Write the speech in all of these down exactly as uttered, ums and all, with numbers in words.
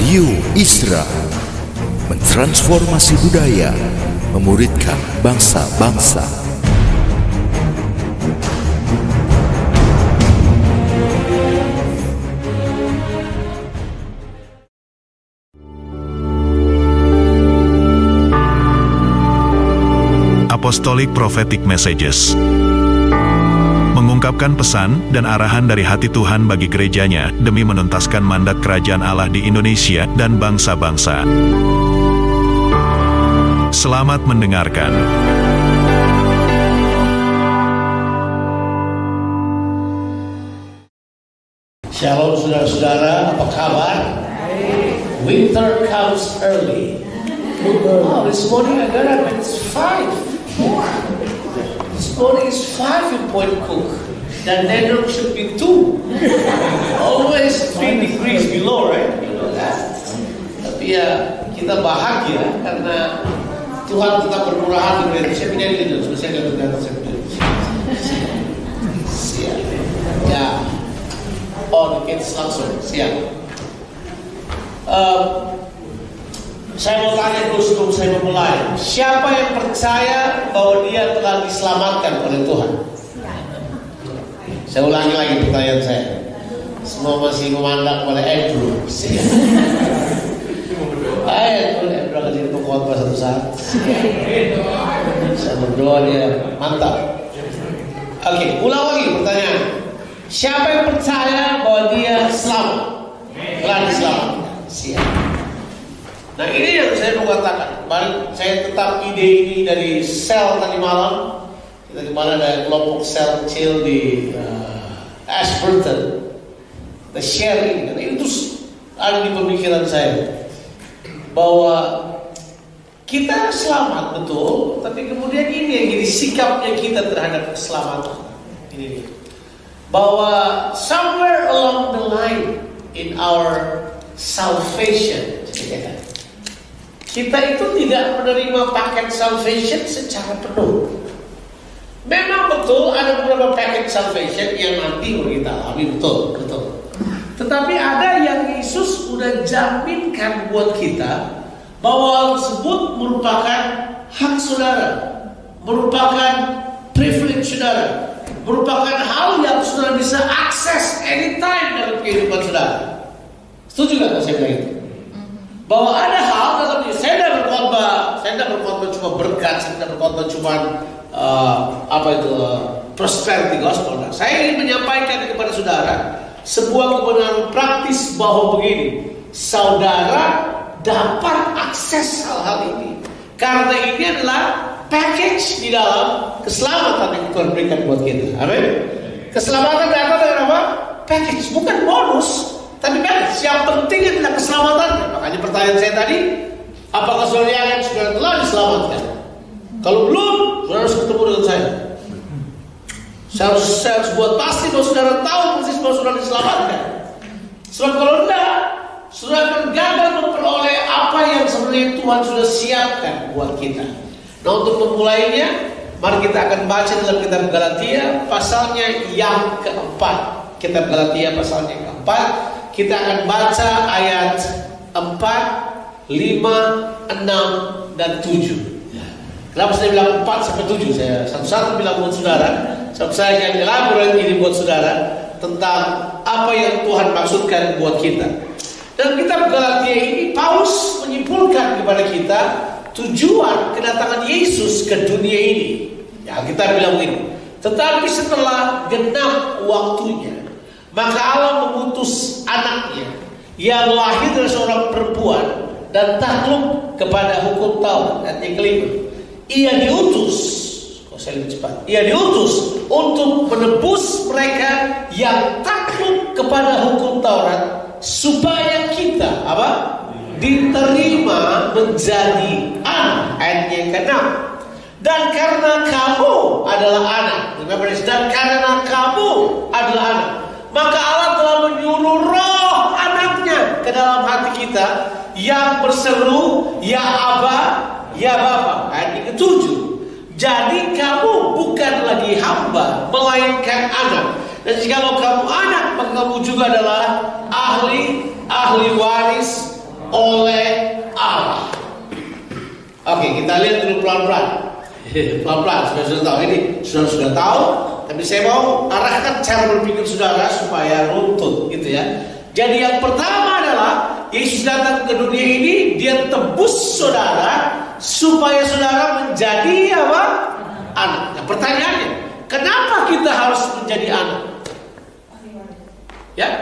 Radio Isra mentransformasi budaya, memuridkan bangsa-bangsa. Apostolic Prophetic Messages mengungkapkan pesan dan arahan dari hati Tuhan bagi gerejanya demi menuntaskan mandat kerajaan Allah di Indonesia dan bangsa-bangsa. Selamat mendengarkan. Shalom saudara-saudara, apa kabar? Winter comes early. Oh, this morning I got up and it's five. This morning is five in Point Cook. Dan Denver should be two. Always three degrees below, right? You know that. Tapi ya kita bahagia karena Tuhan tetap bermurah hati. Saya pindah di Indonesia. Saya nggak bergantung saya pindah. Siap. Ya. Oh, the kids langsung. Siap. Uh, Saya mau tanya dulu sebelum saya memulai. Siapa yang percaya bahwa dia telah diselamatkan oleh Tuhan? Saya ulangi lagi pertanyaan saya. Semua masih memandang pada Andrew. Baik, Andrew akan jadi pengkhotbah satu saat. Saya berdoa dia mantap. Oke, ulang lagi pertanyaan. Siapa yang percaya bahwa dia selamat? Telah diselamatkan. Siap. Nah ini yang saya mau katakan. Baru saya tetap ide ini dari sel tadi malam. Kita kemarin ada kelompok sel kecil di uh, Ashburton. Kita share ini. Karena itu terus ada di pemikiran saya bahwa kita selamat betul, tapi kemudian ini yang jadi sikapnya kita terhadap keselamatan. Ini bahwa somewhere along the line in our salvation, kita itu tidak menerima paket salvation secara penuh. Memang betul ada beberapa paket salvation yang nanti kita alami, betul, betul. Tetapi ada yang Yesus sudah jaminkan buat kita bahwa hal tersebut merupakan hak saudara, merupakan privilege saudara, merupakan hal yang saudara bisa akses anytime dalam kehidupan saudara. Setuju nggak kalau saya bilang itu? Bahwa ada hal dalam diri saya tidak berkhotbah, saya tidak berkhotbah cuma berkat, saya tidak berkhotbah cuma uh, apa itu uh, prosperity gospel. Nah, saya ingin menyampaikan kepada saudara sebuah kebenaran praktis bahwa begini, saudara dapat akses hal-hal ini karena ini adalah package di dalam keselamatan yang Tuhan berikan buat kita. Amin. Keselamatan datang dengan apa? Package, bukan bonus. Tapi kan yang penting adalah keselamatan. Makanya pertanyaan saya tadi, apakah saudara yakin saudara telah diselamatkan? Kalau belum, saudara harus ketemu dengan saya. Saya harus, saya harus buat pasti bahwa saudara tahu persis bahwa saudara diselamatkan. Sebab kalau tidak, saudara akan gagal memperoleh apa yang sebenarnya Tuhan sudah siapkan buat kita. Nah, untuk memulainya, mari kita akan baca dalam kitab Galatia pasalnya yang keempat. Kitab Galatia pasalnya yang keempat. Kita akan baca ayat empat, lima, enam, dan tujuh. Kenapa saya bilang empat sampai tujuh? Saya satu-satu bilang buat saudara. Sebab saya akan elaborate ini buat saudara tentang apa yang Tuhan maksudkan buat kita. Dan kitab Galatia ini Paulus menyimpulkan kepada kita tujuan kedatangan Yesus ke dunia ini. Ya, kita bilang begini. Tetapi setelah genap waktunya, maka Allah mengutus anaknya yang lahir dari seorang perempuan dan takluk kepada hukum Taurat. Dan yang kelima, ia diutus, kok saya lebih cepat, ia diutus untuk menebus mereka yang takluk kepada hukum Taurat, supaya kita apa? Diterima menjadi anak. Ayat yang keenam. Dan karena kamu adalah anak, dan karena kamu adalah anak, maka Allah telah menyuruh roh anaknya ke dalam hati kita yang berseru, ya Aba, ya Bapa. Ayat yang ketujuh. Jadi kamu bukan lagi hamba, melainkan anak. Dan jikalau kamu anak, maka kamu juga adalah ahli, ahli waris oleh Allah. Oke, kita lihat dulu pelan-pelan. Pelan-pelan, sudah sudah tahu ini, sudah sudah tahu. Tapi saya mau arahkan cara berpikir saudara supaya runtut, gitu ya. Jadi yang pertama adalah Yesus datang ke dunia ini, dia tebus saudara supaya saudara menjadi apa? Anak. Nah, pertanyaannya, kenapa kita harus menjadi anak? Ya,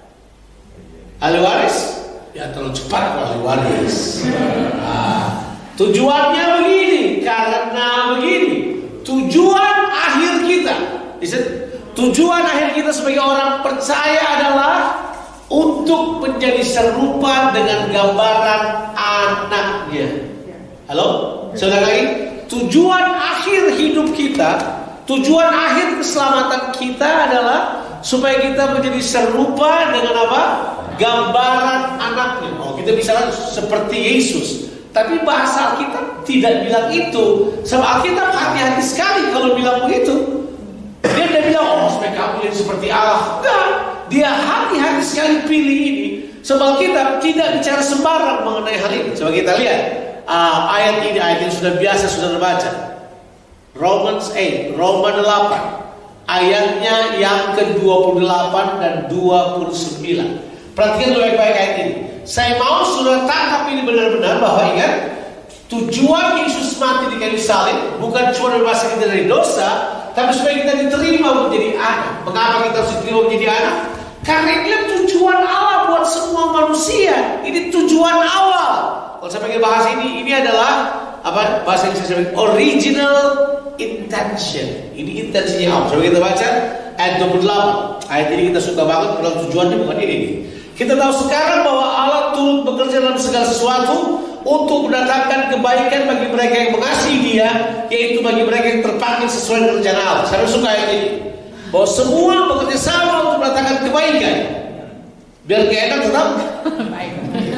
ahli waris? Ya terlalu cepat kalau ahli waris. Nah, tujuannya begini, karena begini, tujuan akhir kita, tujuan akhir kita sebagai orang percaya adalah untuk menjadi serupa dengan gambaran anaknya. Halo? Saudara lagi? Tujuan akhir hidup kita, tujuan akhir keselamatan kita adalah supaya kita menjadi serupa dengan apa? Gambaran anaknya. Oh, kita bisa seperti Yesus. Tapi bahasa Alkitab tidak bilang itu. Sebab Alkitab hati-hati sekali kalau bilang begitu. Dia tidak bilang, oh supaya kamu jadi seperti Allah. Enggak. Dia hati-hati sekali pilih ini. Sebab kita tidak bicara sembarang mengenai hal ini. Coba kita lihat uh, ayat ini, ayat yang sudah biasa sudah terbaca. Romans delapan, Roma delapan. Ayatnya yang ke dua puluh delapan dan dua puluh sembilan. Perhatikan baik-baik ayat ini. Saya mau sudah tangkap ini benar-benar, bahwa ingat, tujuan Yesus mati di kayu salib bukan cuma membebaskan kita dari dosa, tapi supaya kita diterima menjadi anak. Mengapa kita harus diterima menjadi anak? Karena ini tujuan Allah buat semua manusia. Ini tujuan awal. Kalau saya pakai bahasa ini, ini adalah apa bahasa yang saya sebut original intention. Ini intensinya Allah. Coba kita baca ayat dua puluh delapan. Ayat ini kita suka banget, padahal tujuannya bukan ini. Kita tahu sekarang bahwa Allah turut bekerja dalam segala sesuatu untuk mendatangkan kebaikan bagi mereka yang mengasihi Dia, yaitu bagi mereka yang terpanggil sesuai dengan rencana Allah. Saya suka ayat ini, bahwa semua bekerja sama untuk mendatangkan kebaikan. Biar gak enak tetap baik.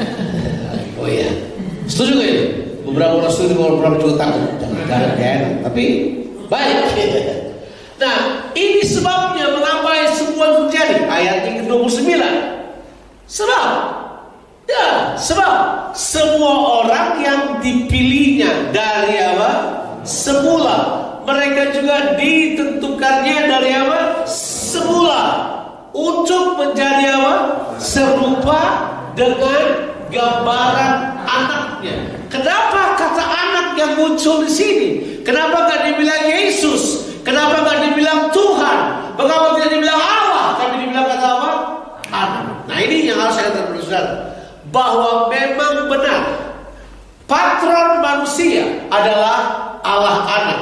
Oh iya, setuju gak ini? Beberapa orang setuju, beberapa juga takut. Jangan gak enak, tapi baik. Nah, ini sebabnya mengapa semua terjadi. Ayat yang ke dua puluh sembilan. Sebab, ya, sebab semua orang yang dipilihnya dari apa? Semula. Mereka juga ditentukannya dari apa? Semula. Untuk menjadi apa? Serupa dengan gambaran anaknya. Kenapa kata anak yang muncul di sini? Kenapa gak dibilang Yesus? Kenapa gak dibilang Tuhan? Mengapa tidak dibilang Allah? Tapi dibilang kata apa? Anak. Nah ini yang harus saya katakan kepada saudara, bahwa memang benar patron manusia adalah Allah anak,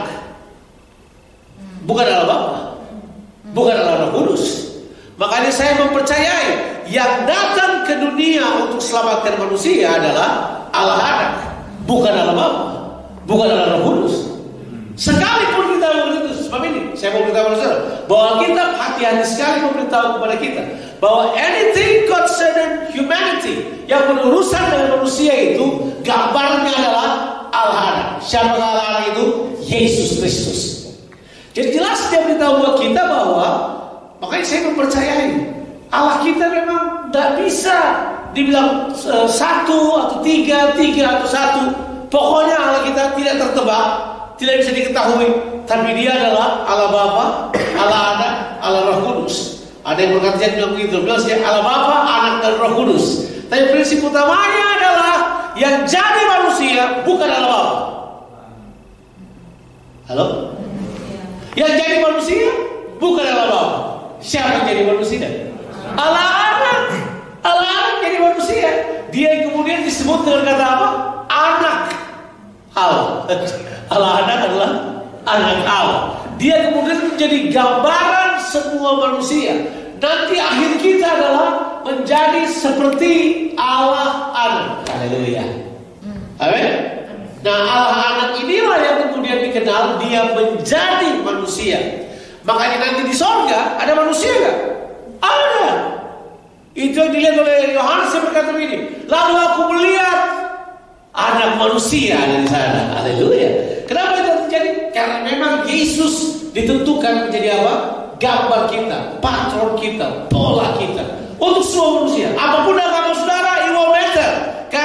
bukan Allah Bapa, bukan Allah Roh Kudus. Makanya saya mempercayai yang datang ke dunia untuk selamatkan manusia adalah Allah anak, bukan Allah Bapa, bukan Allah Roh Kudus. Sekalipun kita begitu, sebab ini saya mau beritahu kepada saudara bahwa kita hati-hati sekali memberitahu kepada kita bahwa anything concerning humanity yang berurusan dengan manusia itu gambarnya adalah Allah anak. Siapa Allah anak itu? Yesus Kristus. Jadi jelas dia beritahu buat kita bahwa, makanya saya mempercayai Allah kita memang tidak bisa dibilang uh, satu atau tiga, tiga atau satu. Pokoknya Allah kita tidak tertebak, tidak bisa diketahui. Tapi dia adalah Allah Bapa, Allah Anak, Allah Roh Kudus. Ada yang berkata bilang begitu, bilang dia Allah Bapa, Anak dan Roh Kudus. Tapi prinsip utamanya adalah yang jadi manusia bukan Allah Bapa. Halo? Yang jadi manusia bukan Allah Bapa. Siapa yang jadi manusia? Allah Anak. Allah Anak jadi manusia. Dia yang kemudian disebut dengan kata apa? Anak Allah. Allah Anak adalah anak Allah. Dia kemudian menjadi gambaran semua manusia. Nanti akhir kita adalah menjadi seperti Allah Anak. Haleluya. Amin. Nah, Allah Anak inilah yang kemudian dikenal dia menjadi manusia. Makanya nanti di sorga ada manusia gak? Ada. Itu yang dilihat oleh Yohanes yang berkata begini, lalu aku melihat anak manusia ada di sana. Haleluya. Kenapa itu terjadi? Karena memang Yesus ditentukan menjadi apa? Gambar kita, patron kita, pola kita untuk semua manusia. Apapun agama saudara, it won't matter.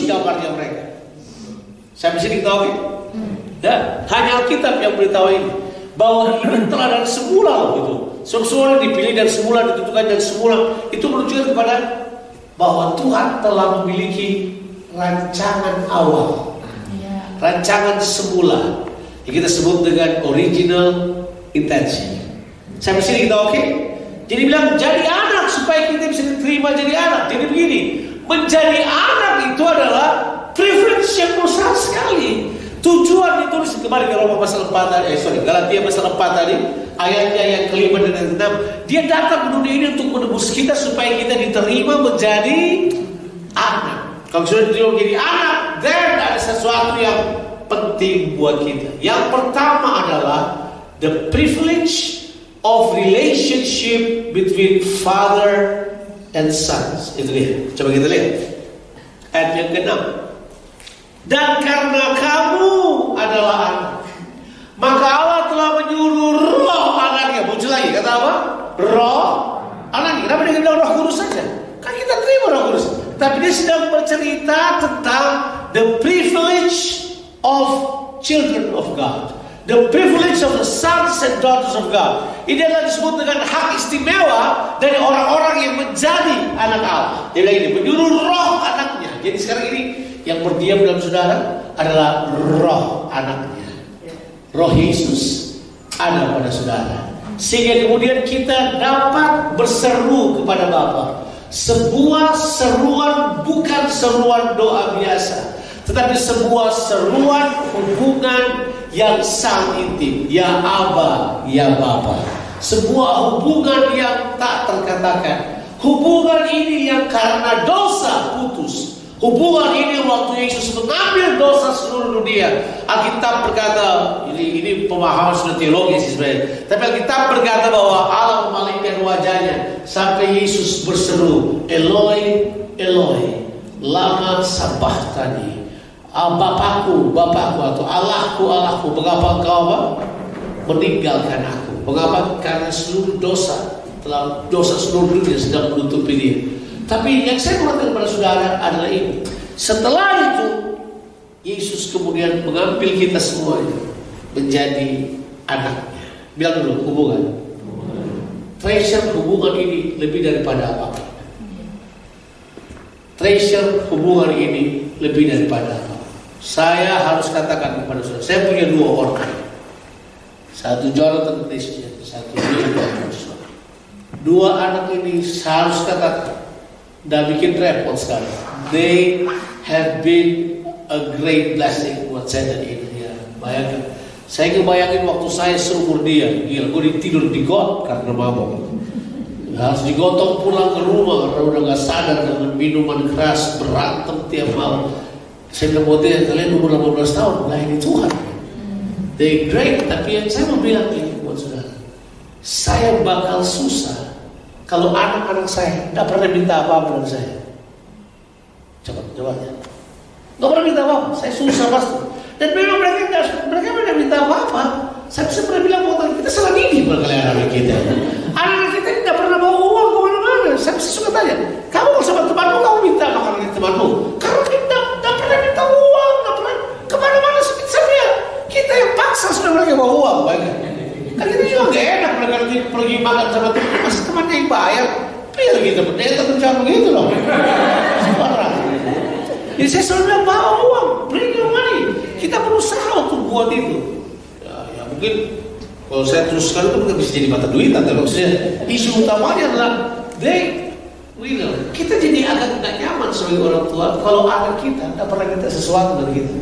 kabarnya mereka. Saya bisa diketahui, okay? Ya, hanya Alkitab yang beritahu ini, bahwa ini telah dari semula gitu. Semua dipilih dan semula ditentukan dan semula itu menunjukkan kepada bahwa Tuhan telah memiliki rancangan awal, rancangan semula yang kita sebut dengan original intention. Saya bisa diketahui, okay? Jadi bilang jadi anak supaya kita bisa diterima jadi anak. Jadi begini, menjadi anak itu adalah privilege yang besar sekali. Tujuan ditulis kemarin di Roma pasal empat tadi, eh sorry, Galatia pasal empat tadi, ayatnya yang kelima dan enam. Dia datang ke dunia ini untuk menebus kita supaya kita diterima menjadi anak. Kalau sudah diterima menjadi anak, then ada sesuatu yang penting buat kita. Yang pertama adalah the privilege of relationship between father and sons. Itu dia. Coba kita lihat ayat yang keenam. Dan karena kamu adalah anak, maka Allah telah menyuruh roh anaknya. Muncul lagi, kata apa? Roh anaknya. Kenapa dia bilang roh kudus saja? Kan kita terima roh kudus. Tapi dia sedang bercerita tentang the privilege of children of God, the privilege of the sons and daughters of God. Ini adalah disebut dengan hak istimewa dari orang-orang yang menjadi anak Allah. Dia bilang ini, menyuruh roh anaknya. Jadi sekarang ini yang berdiam dalam saudara adalah roh anaknya. Roh Yesus ada pada saudara. Sehingga kemudian kita dapat berseru kepada Bapa. Sebuah seruan bukan seruan doa biasa, tetapi sebuah seruan hubungan yang sangat intim. Ya Aba, ya Bapa. Sebuah hubungan yang tak terkatakan. Hubungan ini yang karena dosa putus. Hubungan ini waktu Yesus mengambil dosa seluruh dunia. Alkitab berkata, ini, ini pemahaman sudah teologi sih sebenarnya. Tapi Alkitab berkata bahwa Allah memalingkan wajahnya sampai Yesus berseru, Eloi, Eloi, lama sabachthani. Bapakku, Bapakku, atau Allahku, Allahku, mengapa engkau apa? Meninggalkan aku. Mengapa? Karena seluruh dosa, telah dosa seluruh dunia sedang menutupi dia. Tapi yang saya mengatakan kepada saudara adalah ini. Setelah itu, Yesus kemudian mengambil kita semuanya menjadi anaknya. Bilang dulu, hubungan. Treasure hubungan ini lebih daripada apa? Treasure hubungan ini lebih daripada apa? Saya harus katakan kepada saudara, saya punya dua orang. Satu Jonathan Christian, satu Jonathan. Dua anak ini saya harus katakan, dah bikin repot sekali. They have been a great blessing buat saya dan ini. Ya, bayangkan. Saya kebayangin waktu saya seumur dia, gila, gue tidur di got karena mabok. Harus digotong pulang ke rumah karena udah gak sadar dengan minuman keras, berantem tiap malam. Saya bilang buat dia, kalian umur delapan belas tahun, melayani Tuhan. They great, tapi yang saya mau bilang ini buat saudara, saya bakal susah kalau anak-anak saya tidak pernah minta apa-apa dari saya. Coba, coba ya. Tidak pernah minta apa-apa, saya susah pasti. Dan memang mereka tidak, mereka tidak minta apa-apa. Saya bisa pernah bilang buat kita salah gigi berkali anak kita. Anak kita tidak pernah bawa uang kemana-mana. Saya bisa suka tanya, kamu sama temanmu, kamu minta makan dengan temanmu? Karena kita tidak pernah minta uang, tidak pernah kemana-mana sebenarnya. Kita yang paksa sudah mereka bawa uang, baiklah. Kan kita juga gak enak mereka nanti pergi makan sama teman, masih temannya yang bayar. Pilih gitu, dia tetap jangan begitu loh. Sebarang. Jadi saya selalu bilang bawa uang, bring your money. Kita berusaha untuk buat itu. Ya, ya mungkin kalau saya teruskan itu nggak bisa jadi mata duitan. Tapi maksudnya isu utamanya adalah they, we know. Kita jadi agak nggak nyaman sebagai orang tua kalau anak kita nggak pernah minta sesuatu dari kita.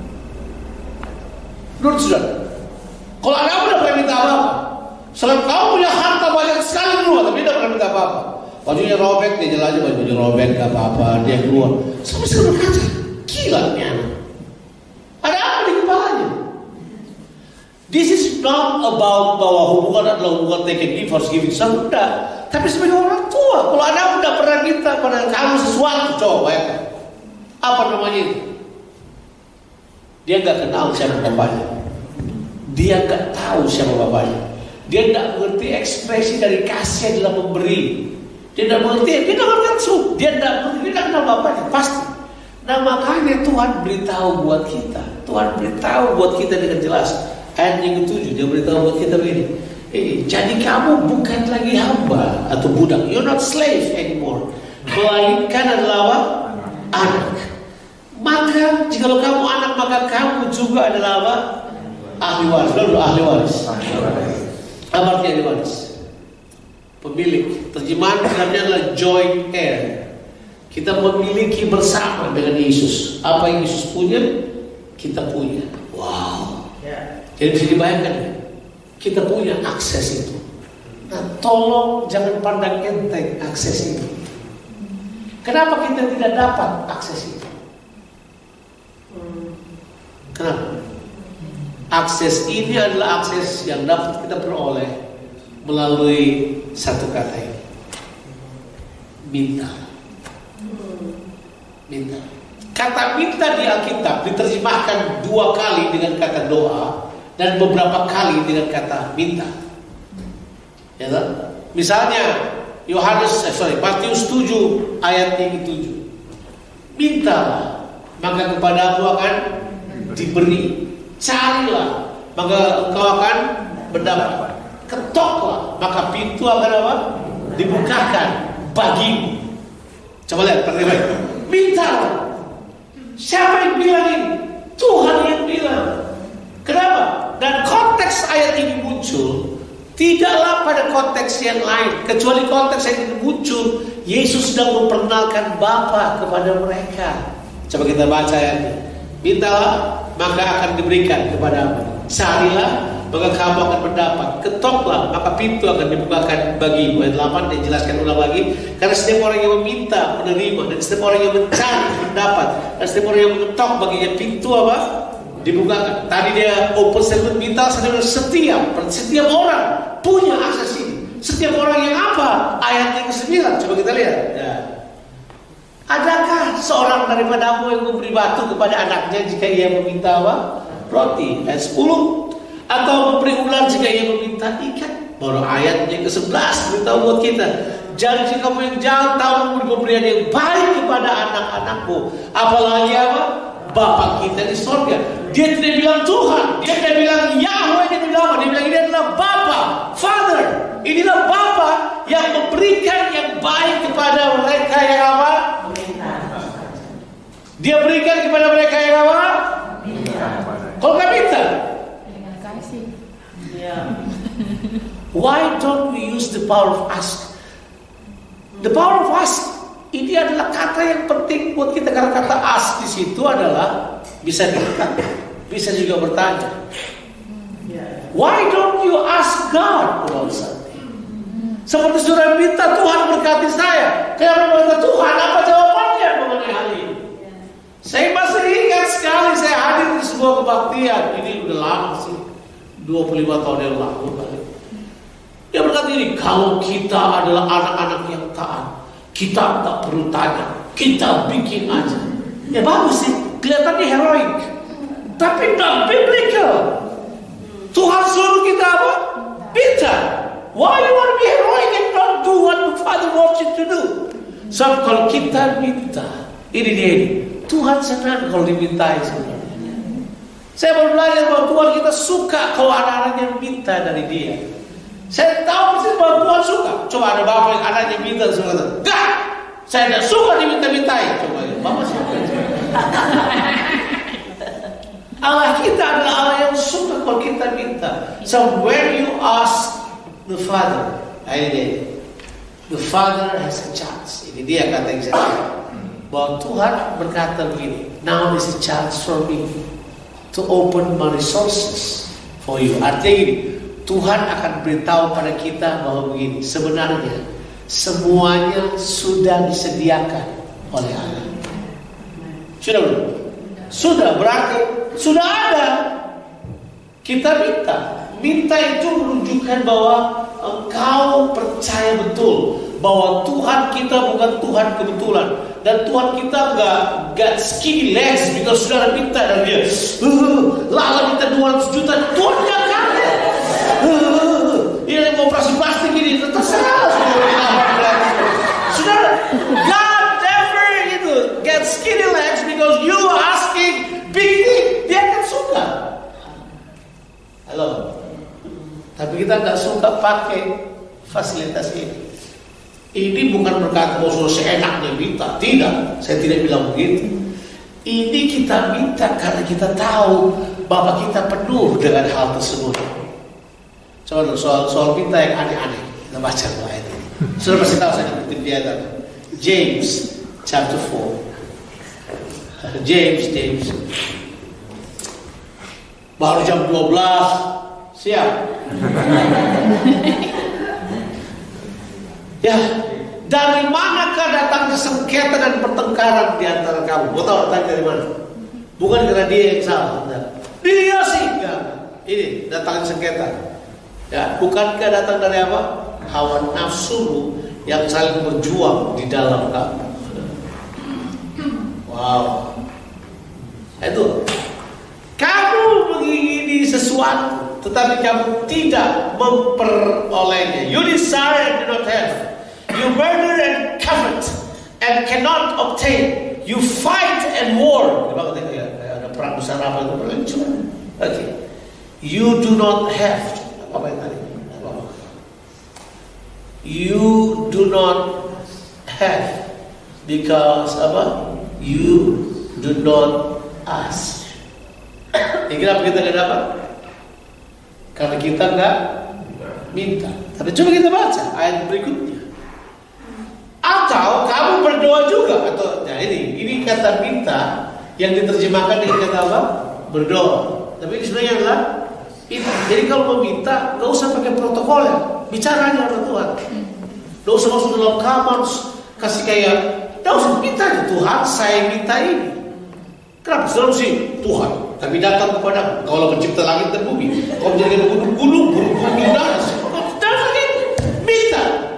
Menurut saudara, kalau anak udah pernah minta apa-apa, selain kamu punya harta banyak sekali di rumah, tapi tidak pernah minta apa-apa. Bajunya robek, dia jalan aja bajunya robek, gak apa-apa, dia keluar. Sampai sekarang berkaca, gila nih anak. Ada apa di kepalanya? This is not about bahwa hubungan adalah hubungan take and give, harus giving some, enggak. Tapi sebagai orang tua, kalau anak udah pernah minta pada kamu sesuatu, coba ya. Apa namanya itu? Dia gak kenal siapa bapaknya. Dia gak tahu siapa bapaknya. Dia gak mengerti ekspresi dari kasih adalah memberi. Dia tidak mengerti, dia tidak mengerti, dia tidak mengerti, dia tidak kenal bapaknya, pasti. Nah makanya Tuhan beritahu buat kita, Tuhan beritahu buat kita dengan jelas. Ayat yang ketujuh dia beritahu buat kita begini. Eh, jadi kamu bukan lagi hamba atau budak. You're not slave anymore. Melainkan adalah apa? Anak. Maka jikalau kamu anak, maka kamu juga adalah apa? Ahli waris. Lalu ahli waris. Apa arti ahli waris? Pemilik. Terjemahan dalamnya adalah joint heir. Kita memiliki bersama dengan Yesus. Apa yang Yesus punya, kita punya. Wow. Jadi bisa dibayangkan, kita punya akses itu. Nah, tolong jangan pandang enteng akses itu. Kenapa kita tidak dapat akses itu? Kenapa? Akses ini adalah akses yang dapat kita peroleh melalui satu kata ini. Minta. Minta. Kata minta di Alkitab diterjemahkan dua kali dengan kata doa dan beberapa kali dengan kata minta. Ya kan? Misalnya Yohanes, eh, sorry, Matius tujuh ayat yang ketujuh. Mintalah, maka kepadamu akan diberi. Carilah, maka engkau akan mendapat. Ketoklah, maka pintu akan apa? Dibukakan bagimu. Coba lihat, perhatikan. Mintalah. Siapa yang bilang ini? Tuhan yang bilang. Kenapa? Dan konteks ayat ini muncul tidaklah pada konteks yang lain, kecuali konteks yang ini muncul Yesus sedang memperkenalkan Bapa kepada mereka. Coba kita baca ayatnya. Mintalah, maka akan diberikan kepadamu. Carilah, maka kamu akan mendapat. Ketoklah, maka pintu akan dibukakan bagimu. Ayat delapan dia jelaskan ulang lagi. Karena setiap orang yang meminta menerima, dan setiap orang yang mencari mendapat, dan setiap orang yang mengetok baginya pintu apa? Dibukakan. Tadi dia open statement minta, setiap setiap orang punya akses ini. Setiap orang yang apa? Ayat yang kesembilan. Coba kita lihat. Ya. Adakah seorang daripadamu yang memberi batu kepada anaknya jika ia meminta apa? Roti. Ayat sepuluh. Atau memberi ular jika ia meminta ikan. Baru ayat yang kesebelas beritahu buat kita. Jadi jika kamu yang jahat tahu memberi pemberian yang baik kepada anak-anakmu, apalagi apa? Bapa kita di surga. Dia tidak bilang Tuhan, dia tidak bilang Yahweh, dia bilang apa? Dia bilang ini adalah Bapa, Father. Inilah Bapa yang memberikan yang baik kepada mereka yang apa? Dia berikan kepada mereka yang apa? Kalau nggak minta, why don't we use the power of ask? The power of ask ini adalah kata yang penting buat kita, karena kata ask di situ adalah bisa minta, bisa juga bertanya. Why don't you ask God about something? Seperti saudara minta Tuhan berkati saya, karena minta Tuhan apa jawabannya mengenai hal ini? Saya masih ingat sekali saya hadir di sebuah kebaktian, ini udah lama sih, dua puluh lima tahun yang lalu kali. Dia berkata ini, kalau kita adalah anak-anak yang taat, kita tak perlu tanya, kita bikin aja. Ya bagus sih, kelihatannya heroik, tapi not biblical. Tuhan suruh kita apa? Minta. Why you want to be heroic and not do what the Father wants you to do? So kalau kita minta, ini dia ini, Tuhan senang kalau dimintai sebenarnya. Saya baru belajar bahwa Tuhan kita suka kalau anak-anaknya minta dari Dia. Saya tahu persis bahwa Tuhan suka. Coba ada bapak yang anaknya minta, semua kata, "Gak, saya tidak suka diminta-mintai." Coba ya, bapak suka. Allah kita adalah Allah yang suka kalau kita minta. So when you ask the Father, ini the Father has a chance. Ini dia kata yang saya kata. Bahwa Tuhan berkata begini, now is a chance for me to open my resources for you. Artinya gini, Tuhan akan beritahu pada kita bahwa begini, sebenarnya semuanya sudah disediakan oleh Allah. Sudah belum? Sudah, berarti sudah ada. Kita minta. Minta itu menunjukkan bahwa engkau percaya betul bahwa Tuhan kita bukan Tuhan kebetulan, dan Tuhan kita gak, gak skinny legs because saudara minta dan dia uh, lala minta dua ratus juta, Tuhan gak kaya. Uh, ini mau operasi plastik ini terserah saudara. Saudara, God never gitu get skinny legs because tetap pakai fasilitas ini. Ini bukan berkata bahwa seenaknya minta, tidak, saya tidak bilang begitu. Ini kita minta karena kita tahu bahwa kita penuh dengan hal tersebut. Coba soal soal minta yang aneh-aneh, kita baca ayat ini. Sudah pasti tahu saya kutip di atas. James chapter four. James, James. Baru jam dua belas, siap. Ya, dari manakah datangnya sengketa dan pertengkaran di antara kamu? Mau tahu datang dari mana? Bukan karena dia yang salah, dia sih enggak. Ini datangnya sengketa. Ya, bukankah datang dari apa? Hawa nafsu yang saling berjuang di dalam kamu. Wow. Itu. Kamu mengingini sesuatu, tetapi kamu tidak memperolehnya. You desire and do not have. You murder and covet and cannot obtain. You fight and war. Ada perang besar apa itu? Okay. You do not have. Apa yang tadi? You do not have because apa? You do not ask. Ya, kenapa kita nggak dapat? Karena kita nggak minta. Tapi coba kita baca ayat berikutnya. Atau kamu berdoa juga, atau nah ini ini kata minta yang diterjemahkan dengan kata apa? Berdoa. Tapi ini sebenarnya adalah itu. Jadi kalau meminta nggak usah pakai protokol ya, bicara aja sama Tuhan. Nggak usah masuk dalam kamar kasih kayak, nggak usah minta aja Tuhan, saya minta ini. Kenapa? Selalu sih Tuhan, tapi datang kepada Kaulah pencipta langit dan bumi. Kau menjadikan gunung-gunung, burung-burung binatang. Jangan gitu, minta.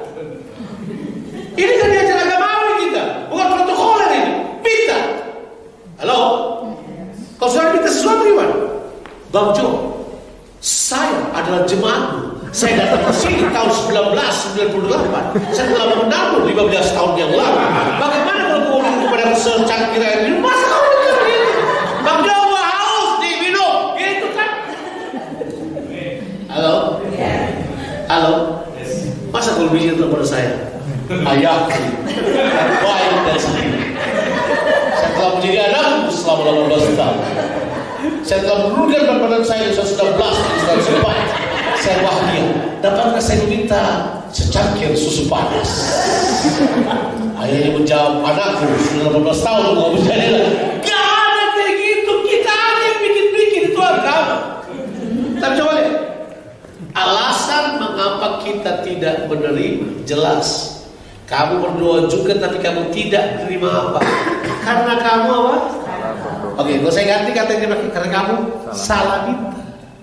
Ini kan diajar agama kita, bukan protokoler ini. Minta. Halo? Kalau sudah minta sesuatu gimana? Bang Jo, saya adalah jemaatmu. Saya datang ke sini tahun seribu sembilan ratus sembilan puluh delapan. Saya telah menabur lima belas tahun yang lalu. Bagaimana kalau kau ngomong kepada secangkir air minum? Masa kau dengar ini? Bang Jo, gua haus, diminum. Gitu kan? Halo? Halo? Masa kau bicara kepada saya? Ayah, baik dari sini. Saya telah menjadi anakmu selama delapan belas tahun. Saya telah menurunkan berat badan saya yang sudah belas dan sempat. Saya bahagia. Dapatkah saya meminta secangkir susu panas? Ayahnya menjawab, anakku sudah delapan belas tahun mau menjadi lagi. Gak ada kayak gitu. Kita aja yang bikin-bikin itu agama. Tapi coba lihat. Alasan mengapa kita tidak menerima jelas. Kamu berdoa juga tapi kamu tidak menerima apa? Karena kamu apa? Oke, kalau saya ganti kata ini karena kamu salah minta.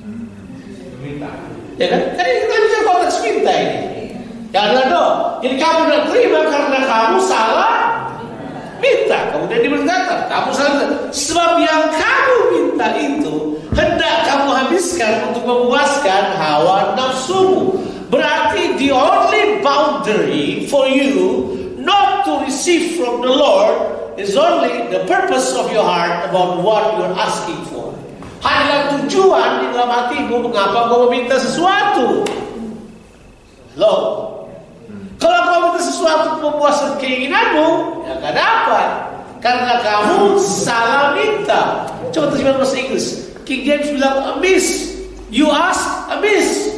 Ya kan? Kan ini kita bisa konteks minta ini. Ya adalah doa. Jadi kamu tidak terima karena kamu salah minta. Kemudian diberkata, kamu salah minta. Sebab yang kamu minta itu hendak kamu habiskan untuk memuaskan hawa nafsumu. Berarti the only boundary for you not to receive from the Lord is only the purpose of your heart about what you're asking for. Hanya tujuan di dalam hatimu mengapa kau meminta sesuatu. Halo? Kalau kau minta sesuatu untuk memuaskan keinginanmu, ya gak dapat. Karena kamu salah minta. Coba terjemahan bahasa Inggris. King James bilang amiss. You ask amiss.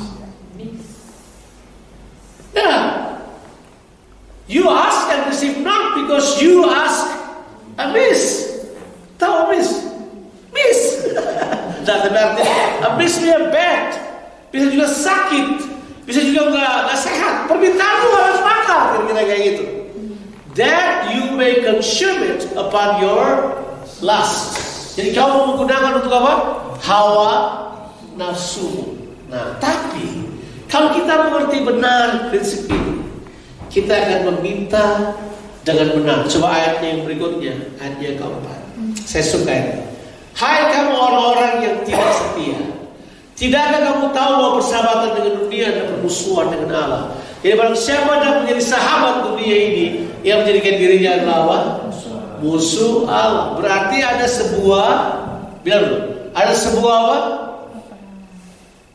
Nah, you ask and receive not because you ask amiss. Tahu amiss? Miss. Nah, berarti amiss dia bad. Bisa juga sakit. Bisa juga nggak nggak sehat. Permintaanmu harus makar, kira-kira kayak gitu. That you may consume it upon your lust. Jadi kamu menggunakan untuk apa? Hawa nafsu. Nah, tapi kalau kita mengerti benar prinsip ini, kita akan meminta dengan benar. Coba ayatnya yang berikutnya, ayatnya yang keempat. Saya suka ini. Hai kamu orang-orang yang tidak setia, tidakkah kamu tahu bahwa persahabatan dengan dunia adalah permusuhan dengan Allah? Jadi barang siapa yang menjadi sahabat dunia ini, yang menjadikan dirinya adalah apa? Musuh Allah. Berarti ada sebuah, bilang dulu, ada sebuah apa?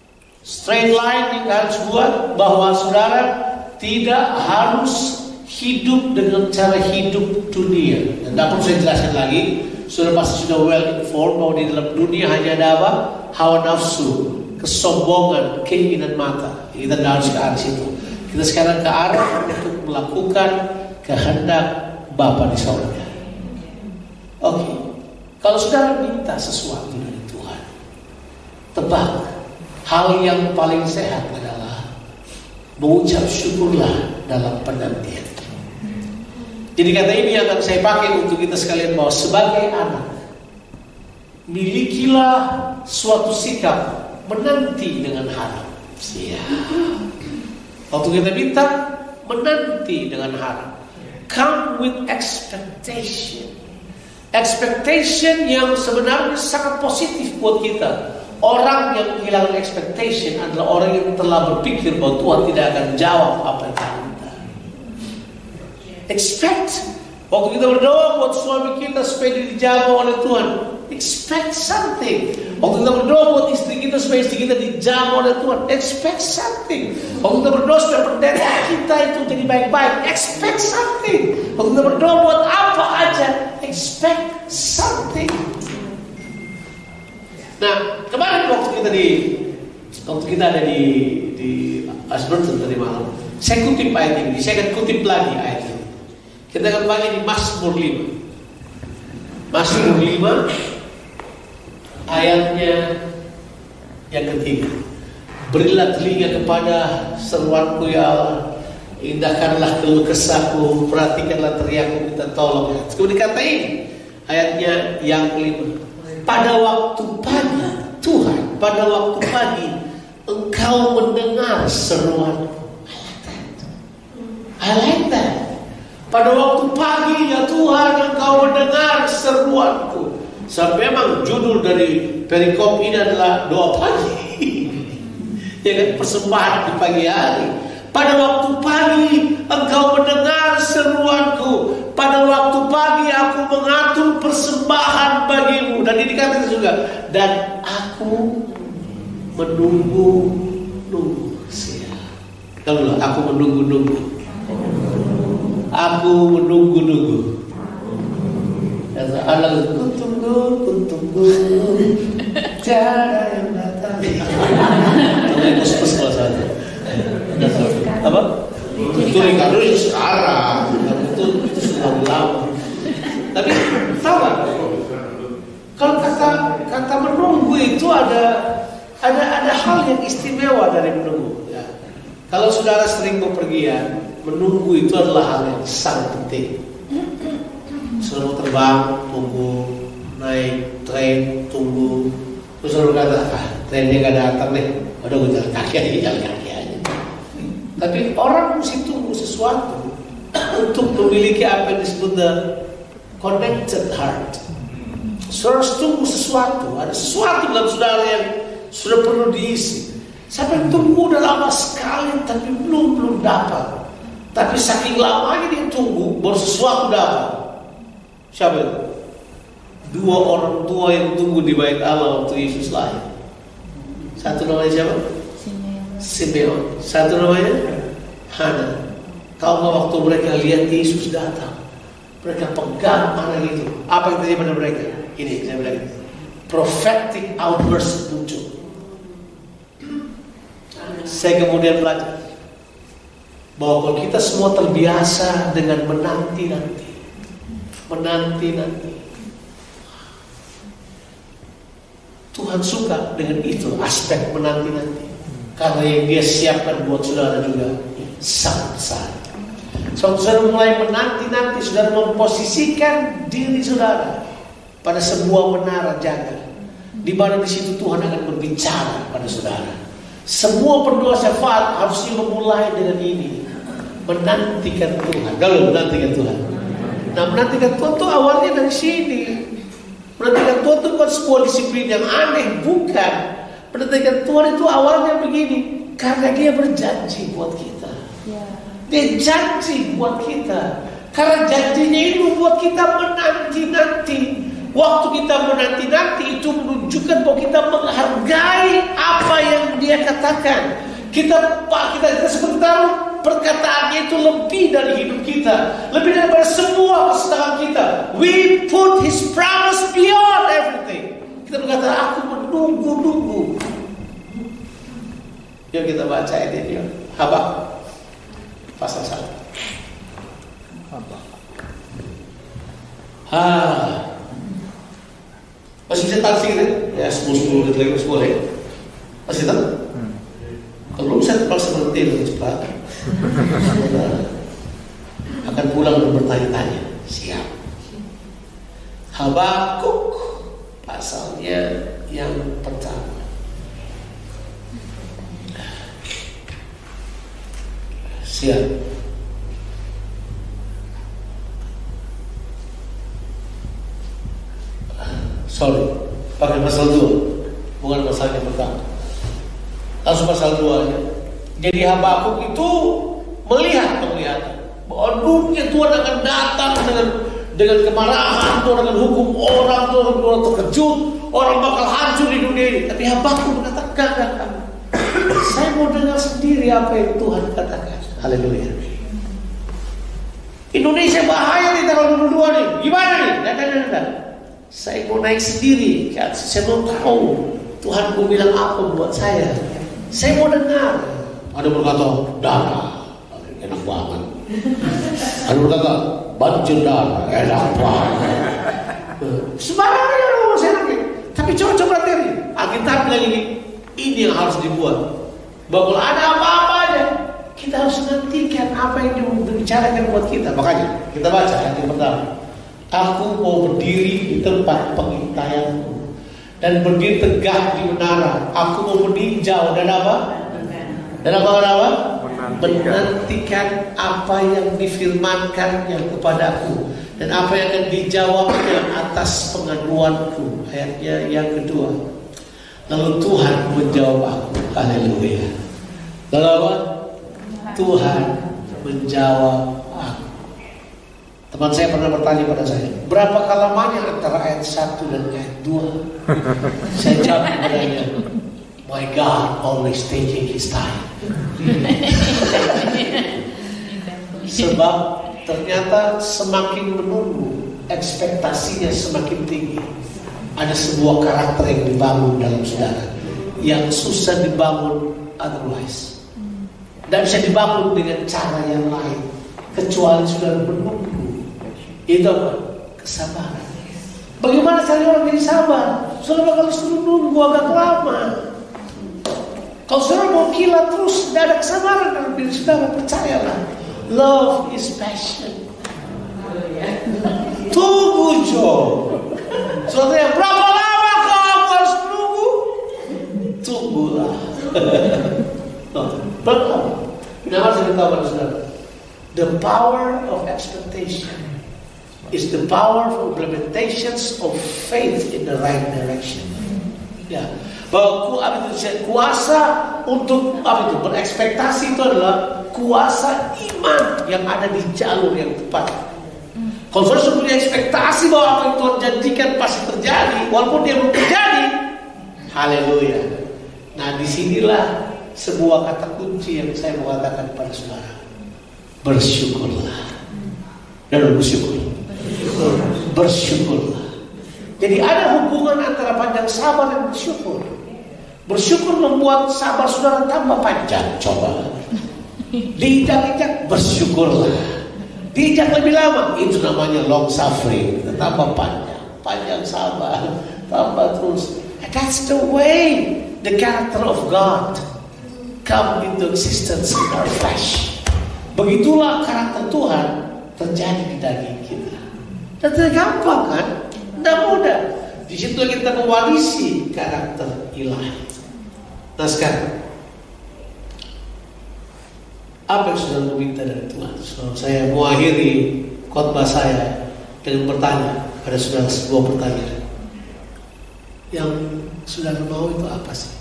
Straight line yang harus buat bahwa saudara tidak harus hidup dengan cara hidup dunia. Dan tidak perlu saya jelaskan lagi. Saudara pasti sudah well informed bahwa di dalam dunia hanya ada apa? Hawa nafsu, kesombongan, keinginan mata. Kita tidak harus ke arah situ. Kita sekarang ke arah untuk melakukan kehendak Bapa di sorga. Oke, okay. Kalau saudara minta sesuatu dari Tuhan, tebak, hal yang paling sehat adalah mengucap syukurlah dalam penantian. Jadi kata ini yang akan saya pakai untuk kita sekalian, bahwa sebagai anak, milikilah suatu sikap menanti dengan harap. Siap. Waktu kita minta, menanti dengan harap. Come with expectation. Expectation yang sebenarnya sangat positif buat kita. Orang yang kehilangan expectation adalah orang yang telah berpikir bahwa Tuhan tidak akan jawab apa yang kita minta. Expect. Waktu kita berdoa buat suami kita supaya dijaga oleh Tuhan, expect something. Waktu kita berdoa buat istri kita supaya istri kita dijaga oleh Tuhan, expect something. Waktu kita berdoa supaya pendeta kita itu jadi baik-baik, expect something. Waktu kita berdoa buat apa aja, expect something. Nah, kemarin waktu kita di waktu kita ada di di Ashburton tadi malam, saya kutip ayat ini, saya akan kutip lagi ayat ini. Kita akan pakai di Mazmur lima. Mazmur lima ayatnya yang ketiga. Berilah telinga kepada seruanku ya Allah, indahkanlah keluh kesahku, perhatikanlah teriakku minta tolong. Kemudian kata ini ayatnya yang kelima. Pada waktu pagi Tuhan, pada waktu pagi Engkau mendengar seruanku. I like that. Pada waktu pagi ya Tuhan Engkau mendengar seruanku. So, memang judul dari perikop ini adalah doa pagi. Ya kan, persembahan di pagi hari. Pada waktu pagi Engkau mendengar seruanku. Pada waktu pagi aku mengatur persembahan bagimu. Dan ini dikatakan juga, dan aku menunggu nunggu. Siap. Kalau aku menunggu nunggu. Aku menunggu-nunggu. Kata Allah, ku tunggu, ku tunggu, tiada yang datang. Namanya kus-kus kalau saja. Apa? Itu Ricardo yang sekarang. Itu itu sudah lama. Tapi tahu gak? Kalau kata kata menunggu itu ada ada ada hal yang istimewa dari menunggu. Ya. Kalau saudara sering bepergian, menunggu itu adalah hal yang sangat penting. Saudara mau terbang, tunggu. Naik train, tunggu. Terus saudara kata, ah trainnya gak datang deh. Udah gue jalan kaki aja, jalan kaki aja. Tapi orang mesti tunggu sesuatu untuk memiliki apa yang disebut the connected heart. Saudara harus tunggu sesuatu. Ada sesuatu dalam saudara yang sudah perlu diisi. Siapa yang tunggu udah lama sekali tapi belum belum dapat. Tapi saking lamanya dia tunggu, baru sesuatu dapat. Siapa itu? Dua orang tua yang tunggu di bait Allah waktu Yesus lahir. Satu namanya siapa? Simeon. Satu namanya Hana. Tahu nggak waktu mereka lihat Yesus datang, mereka pegang anak itu. Apa yang terjadi pada mereka? Ini saya bilang, prophetic outburst muncul. Saya kemudian belajar bahwa kalau kita semua terbiasa dengan menanti-nanti, menanti-nanti, Tuhan suka dengan itu, aspek menanti-nanti. Karena yang Dia siapkan buat saudara juga sangat besar. So, saudara mulai menanti-nanti, saudara memposisikan diri saudara pada sebuah menara jaga, di mana di situ Tuhan akan berbicara pada saudara. Semua pendoa syafaat harusnya memulai dengan ini, menantikan Tuhan. Kalau menantikan Tuhan, nah menantikan Tuhan itu awalnya dari sini. Menantikan Tuhan itu bukan sebuah disiplin yang aneh, bukan. Menantikan Tuhan itu awalnya begini, karena Dia berjanji buat kita. Dia janji buat kita. Karena janjinya itu membuat kita menanti-nanti. Waktu kita menanti-nanti itu menunjukkan bahwa kita menghargai apa yang dia katakan. Kita Pak kita, kita seperti tahu perkataannya itu lebih dari hidup kita, lebih daripada semua kesenangan kita. We put His promise beyond everything. Kita berkata, aku menunggu-nunggu. Yuk kita baca ini, yuk. Habakuk pasal satu. Ah, masih bisa tahu sedikit ya, sepuluh menit lagi boleh. Masih tahu? Kalau saya terpaksa berhenti lebih cepat, akan pulang dan bertanya-tanya. Siap. Habakuk pasalnya yang pertama. Siap. Sorry, pakai pasal dua, bukan pasal yang pertama. Langsung pasal dua aja. Jadi Habakuk itu melihat penglihatan bahwa dunia Tuhan akan datang dengan dengan kemarahan, Tuhan akan hukum orang, Tuhan akan terkejut, orang bakal hancur di dunia ini. Tapi Habakuk berkata, enggak, enggak, enggak. Saya mau dengar sendiri apa yang Tuhan katakan. Haleluya. Indonesia bahaya nih tanggal dua puluh dua nih. Gimana nih? Nah, nah, nah, nah. Saya mau naik sendiri. Saya mau tahu Tuhan mau bilang apa buat saya. Saya mau dengar. Ada berkata darah, enak banget. Ada berkata banjir darah, enak banget. Sembarangan ya orang senangnya. Tapi coba-coba lihat. Alkitab bilang ini, ini yang harus dibuat. Bahwa kalau ada apa-apa aja, kita harus nantikan apa yang dibicarakan buat kita. Makanya kita baca ayat yang pertama. Aku mau berdiri di tempat pengintaianku dan berdiri tegak di menara. Aku mau meninjau dan apa? Dan apa dan apa? Menantikan apa yang difirmankannya kepadaku dan apa yang akan dijawabnya atas pengaduanku. Ayatnya yang kedua. Lalu Tuhan menjawab aku. Haleluya. Lalu apa? Tuhan menjawab aku. Teman saya pernah bertanya pada saya, berapa lamanya antara ayat satu dan ayat dua? Saya jawab kepadanya, my God always taking His time. Sebab ternyata semakin menunggu, ekspektasinya semakin tinggi. Ada sebuah karakter yang dibangun dalam saudara, yang susah dibangun otherwise. Dan bisa dibangun dengan cara yang lain, kecuali saudara menunggu. Itu apa? Kesabaran. Bagaimana cara orang jadi sabar? Saudara bakal suruh nunggu agak lama. Kalau saudara mau kilat terus, tidak ada kesabaran dalam diri saudara, percayalah. Love is passion. Tunggu Jo. Saudara, berapa lama kamu harus menunggu? Tunggulah. Berapa? Kenapa saya beritahu pada saudara? The power of expectation is the power for implementations of faith in the right direction. Ya, bahwa kuasa untuk apa itu berekspektasi itu adalah kuasa iman yang ada di jalur yang tepat. Kalau saudara punya ekspektasi bahwa apa yang Tuhan janjikan pasti terjadi, walaupun dia belum terjadi, haleluya. Nah, disinilah sebuah kata kunci yang saya mau katakan kepada saudara. Bersyukurlah. Dan bersyukur. Bersyukurlah. Jadi ada hubungan antara panjang sabar dan bersyukur. Bersyukur membuat sabar saudara tambah panjang. Coba diinjak-injak, bersyukurlah. Diinjak lebih lama, itu namanya long suffering. Tambah panjang, panjang sabar, tambah terus. And that's the way the character of God come into existence in our flesh. Begitulah karakter Tuhan terjadi di daging kita. Dan tidak gampang kan? Tidak mudah. Di situ kita mewarisi karakter ilahi. Nah sekarang, apa yang sudah meminta dari Tuhan? So, saya mau akhiri khotbah saya dengan bertanya pada saudara sebuah pertanyaan. Yang saudara mau itu apa sih?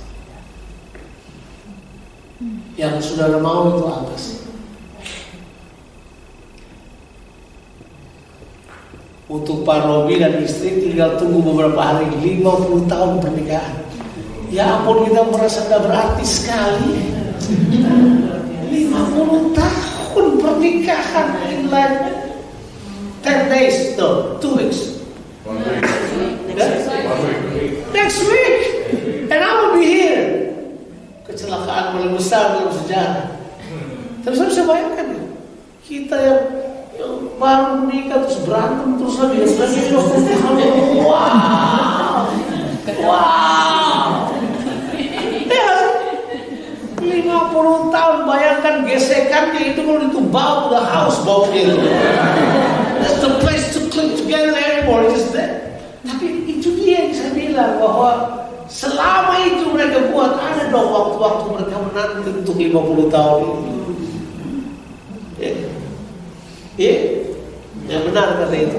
Yang saudara mau itu apa sih? Untuk Pak Robi dan istri tinggal tunggu beberapa hari, lima puluh tahun pernikahan. Ya ampun, kita merasa tidak berarti sekali. lima puluh tahun pernikahan in like ten days, no, two weeks. One week. Next week. Next week. And I will be here. Kecelakaan paling besar dalam sejarah. Terus saya bisa bayangkan ya, kita yang yang baru menikah terus berantem terus lagi lagi terus wow, wow, ya lima puluh tahun, bayangkan gesekannya itu kalau itu bau udah haus baunya itu. That's the place to cling together anymore, just that. Tapi itu dia yang saya bilang bahwa selama itu mereka buat, ada dong waktu-waktu mereka menanti untuk lima puluh tahun itu. Ya, ya, yang benar kata itu.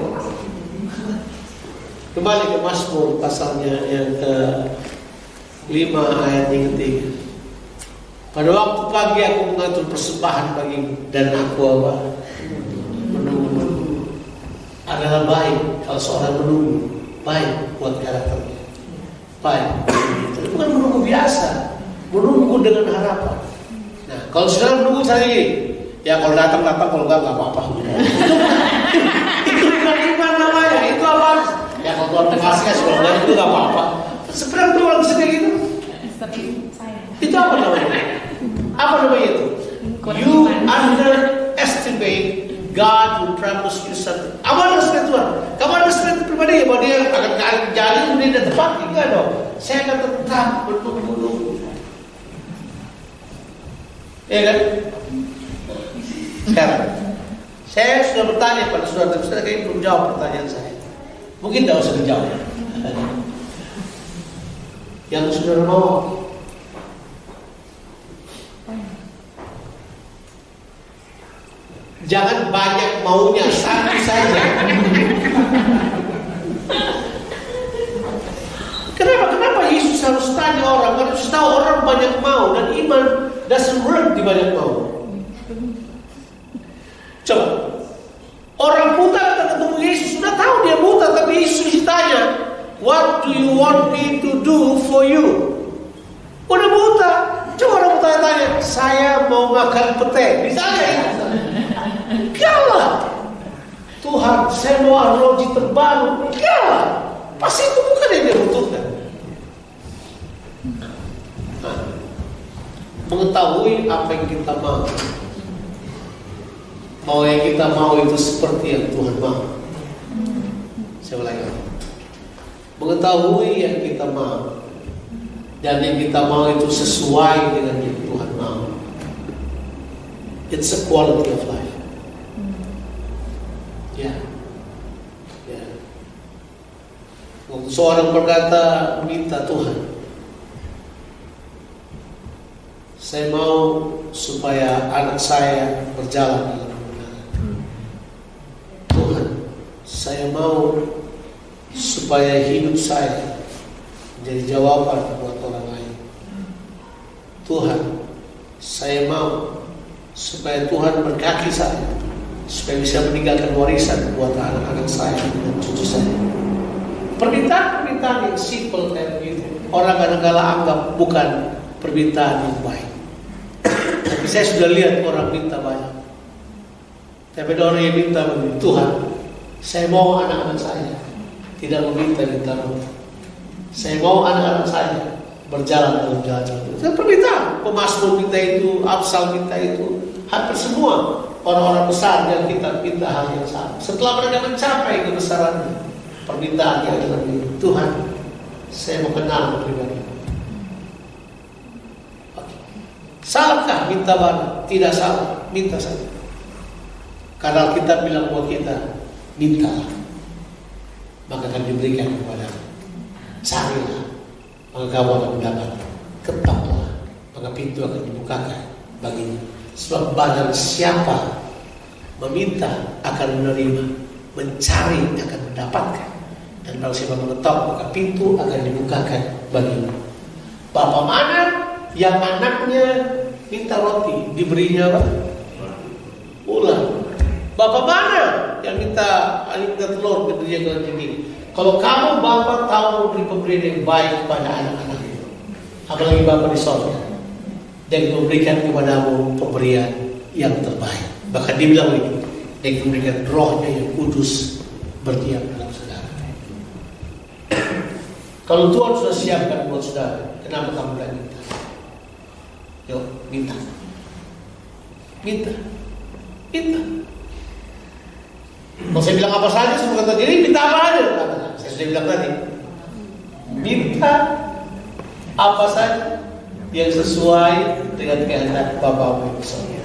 Kembali ke Mazmur pasalnya yang ke lima ayat yang ketiga. Pada waktu pagi aku mengatur persembahan bagimu, dan aku apa? Menunggu. Adalah baik kalau seorang menunggu, baik buat karakternya. Baik. Tapi bukan menunggu biasa, menunggu dengan harapan. Nah, kalau sudah menunggu tadi, ya kalau datang-datang, kalau enggak, enggak apa-apa. Itu bukan iman namanya, itu apa? Ya kalau Tuhan kasih, kalau enggak itu enggak apa-apa. Sebenarnya itu orang sedih gitu. Itu apa namanya? Apa namanya itu? You underestimate God will promise you something. Apa underestimate Tuhan? Kamu underestimate pribadi ya, bahwa dia akan jadi kemudian di tempat? Enggak dong. Saya akan tetap menunggu. Ya kan? Sekarang saya sudah bertanya pada saudara-saudara, kayaknya belum jawab pertanyaan saya. Mungkin tidak usah dijawab. Yang saudara mau, jangan banyak maunya, satu saja. Kenapa? Kenapa Yesus harus tanya orang? Karena Yesus tahu orang banyak mau, dan iman doesn't work di banyak mau. Coba, orang buta datang ketemu Yesus, sudah tahu dia buta, tapi Yesus ditanya, what do you want me to do for you? Udah buta, coba orang buta tanya, saya mau makan pete, misalnya itu. Kalah, Tuhan, saya mau arloji terbaru, kalah. Pasti itu bukan yang dia butuhkan. Nah, mengetahui apa yang kita mau. Mau yang kita mau itu seperti yang Tuhan mau. Saya ulangi. Mengetahui yang kita mau dan yang kita mau itu sesuai dengan yang Tuhan mau. It's a quality of life. Ya. Ya. Waktu seorang berkata minta Tuhan, saya mau supaya anak saya berjalan dalam kebenaran. Tuhan, saya mau supaya hidup saya menjadi jawaban buat orang lain. Tuhan, saya mau supaya Tuhan berkati saya, supaya bisa meninggalkan warisan buat anak-anak saya dan cucu saya. Permintaan-permintaan yang simple kayak begitu, orang kadang-kala anggap bukan permintaan yang baik. Tapi saya sudah lihat orang minta banyak. Tapi ada orang yang minta begini, Tuhan, saya mau anak-anak saya tidak meminta minta roti. Saya mau anak-anak saya berjalan dalam jalan-jalan itu. Itu permintaan. Pemasmur minta itu, Absal minta itu, hampir semua orang-orang besar yang kita minta hal yang sama. Setelah mereka mencapai kebesarannya, permintaannya adalah begini, Tuhan, saya mau kenal pribadi. Salahkah minta banyak? Tidak salah, minta saja. Karena kita bilang buat kita, mintalah, maka akan diberikan kepada. Carilah, maka kamu akan mendapat. Ketaklah, maka pintu akan dibukakan baginya. Sebab barang siapa meminta akan menerima, mencari akan mendapatkan, dan barang siapa mengetok maka pintu akan dibukakan baginya. Bapak mana yang anaknya minta roti, diberinya apa? Ulang. Bapak mana yang minta, yang minta telur gitu dia kalau tinggi. Kalau kamu bapak tahu memberi pemberian yang baik kepada anak-anak itu, apalagi bapak di sorga, dan memberikan kepadamu pemberian yang terbaik. Bahkan dia bilang ini, dia memberikan rohnya yang kudus berdiam dalam saudara. Kalau Tuhan sudah siapkan buat saudara, kenapa kamu tidak minta? Yuk, minta. Minta. Minta. Mau saya bilang apa saja, semua kata diri, minta apa aja. Saya sudah bilang tadi. Minta apa saja yang sesuai dengan kehendak Bapamu yang di sorga.